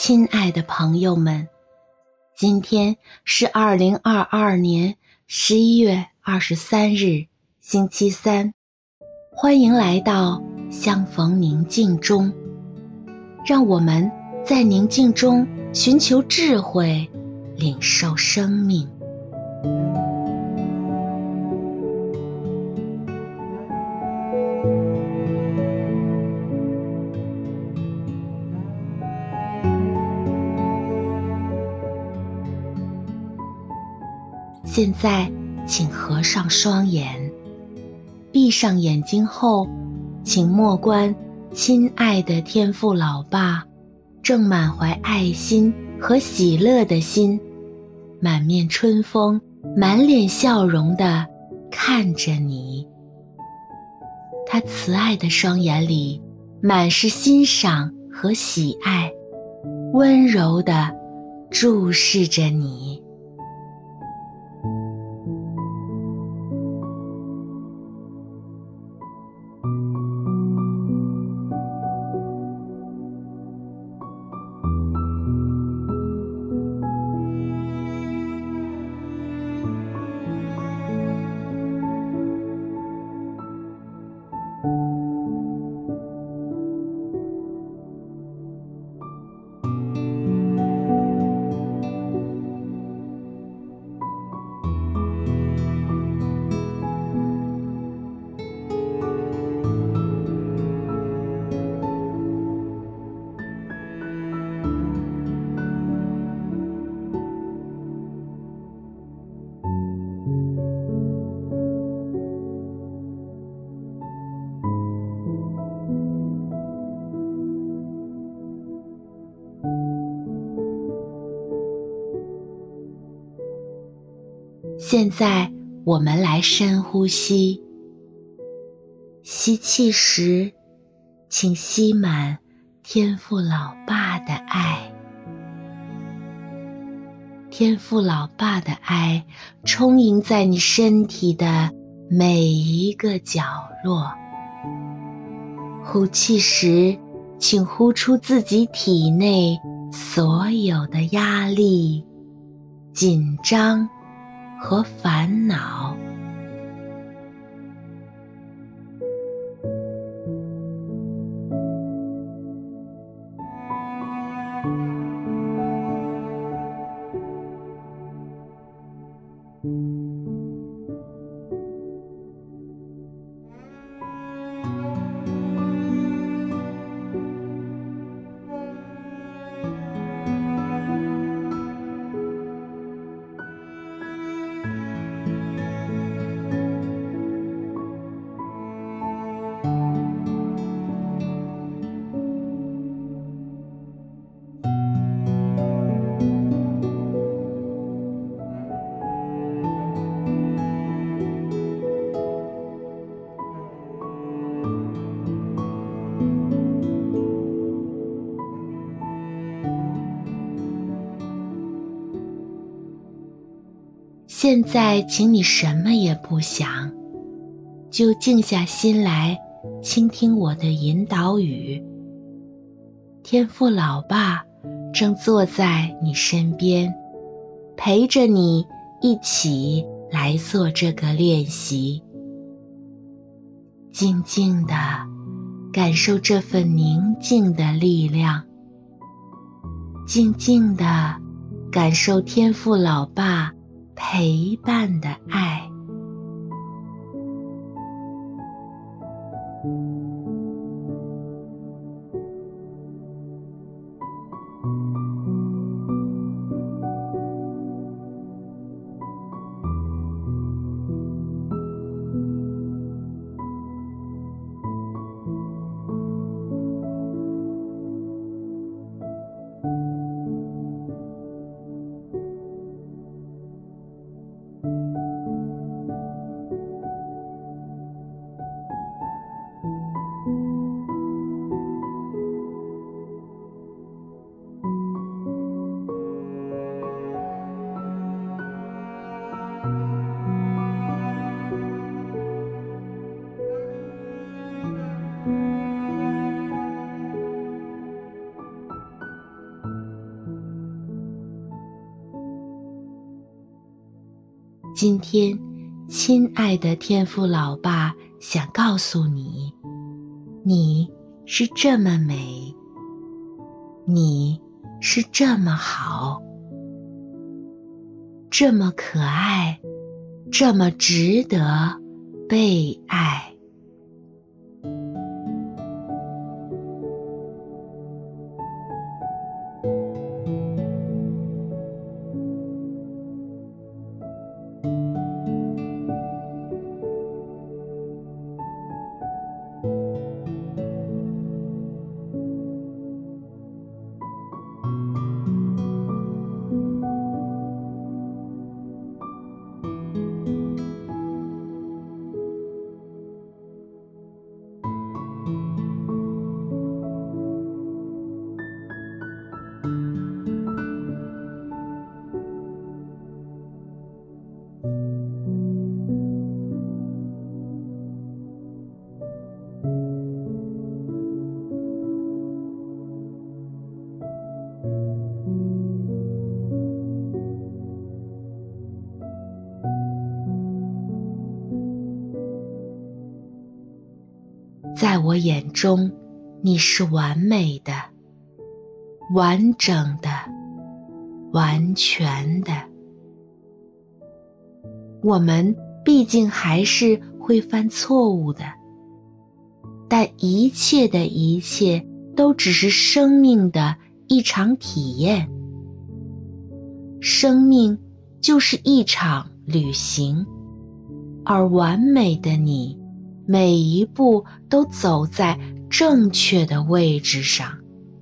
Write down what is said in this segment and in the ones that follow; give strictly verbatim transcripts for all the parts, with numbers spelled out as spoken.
亲爱的朋友们，今天是二零二二年十一月二十三日，星期三。欢迎来到相逢宁静中，让我们在宁静中寻求智慧，领受生命。现在请合上双眼，闭上眼睛后，请默观亲爱的天父老爸正满怀爱心和喜乐的心，满面春风，满脸笑容地看着你。他慈爱的双眼里满是欣赏和喜爱，温柔地注视着你。现在我们来深呼吸，吸气时，请吸满天父老爸的爱。天父老爸的爱充盈在你身体的每一个角落。呼气时，请呼出自己体内所有的压力、紧张和烦恼。现在请你什么也不想，就静下心来倾听我的引导语。天父老爸正坐在你身边，陪着你一起来做这个练习。静静地感受这份宁静的力量，静静地感受天父老爸陪伴的爱。 今天，亲爱的天父老爸想告诉你，你是这么美，你是这么好，这么可爱，这么值得被爱。在我眼中，你是完美的、完整的、完全的。我们毕竟还是会犯错误的，但一切的一切都只是生命的一场体验。生命就是一场旅行，而完美的你，每一步都走在正确的位置上。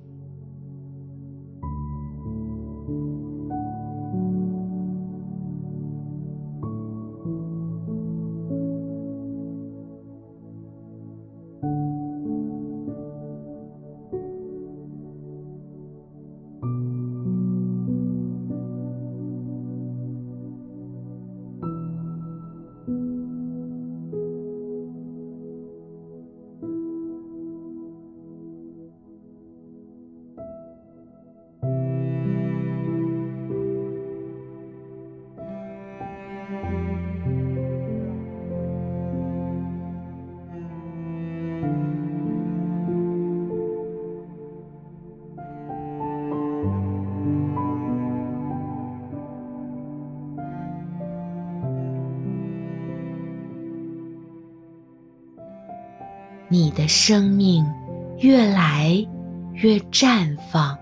你的生命越来越绽放。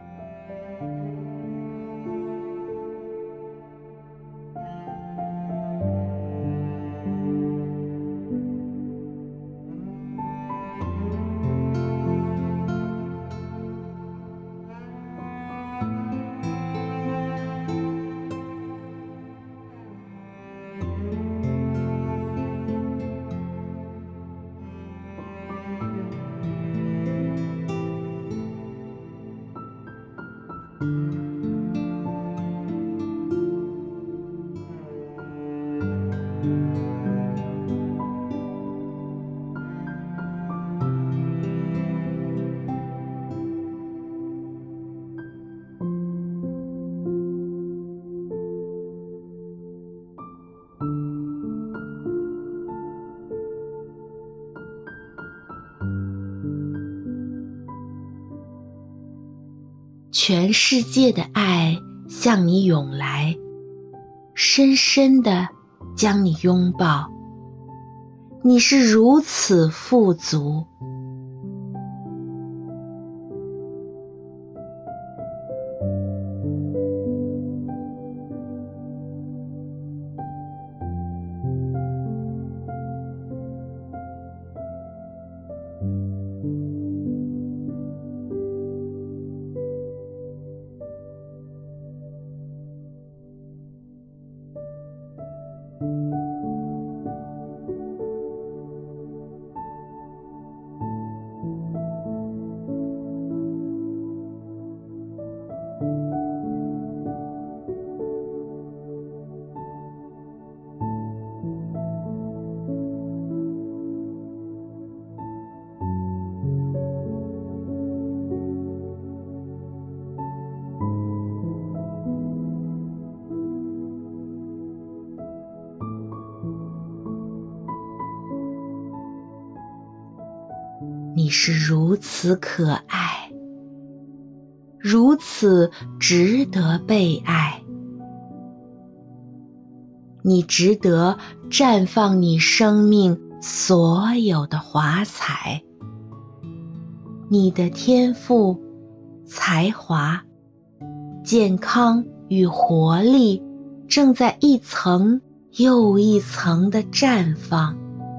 全世界的爱向你涌来，深深地将你拥抱。你是如此富足。 你是如此可爱，如此值得被爱。你值得绽放你生命所有的华彩。你的天赋、才华、健康与活力正在一层又一层地绽放。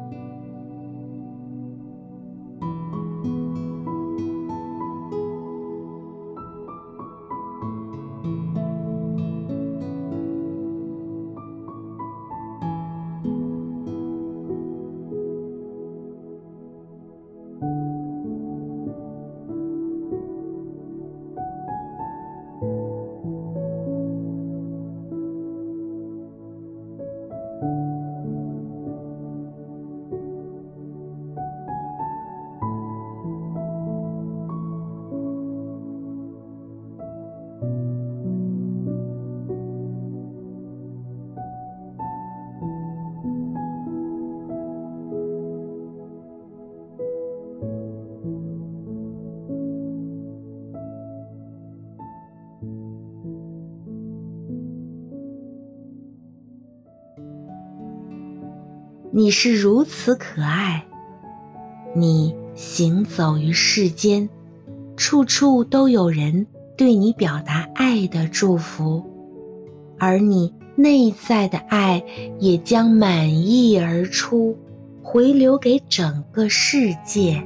你是如此可爱，你行走于世间，处处都有人对你表达爱的祝福，而你内在的爱也将满溢而出，回流给整个世界。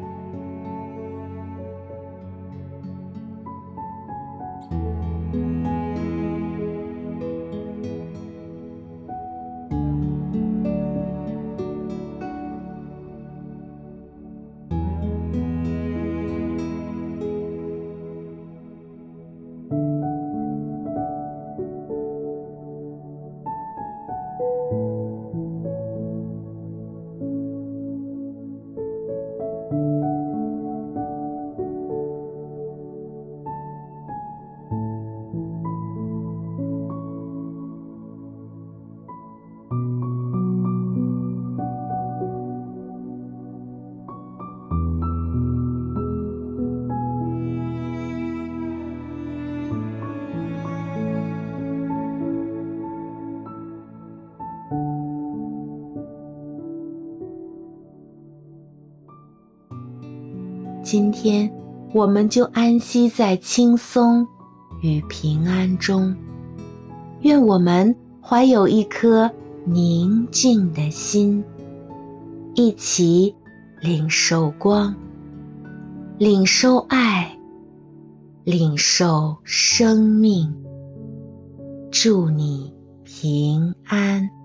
今天我们就安息在轻松与平安中，愿我们怀有一颗宁静的心，一起领受光，领受爱，领受生命。祝你平安。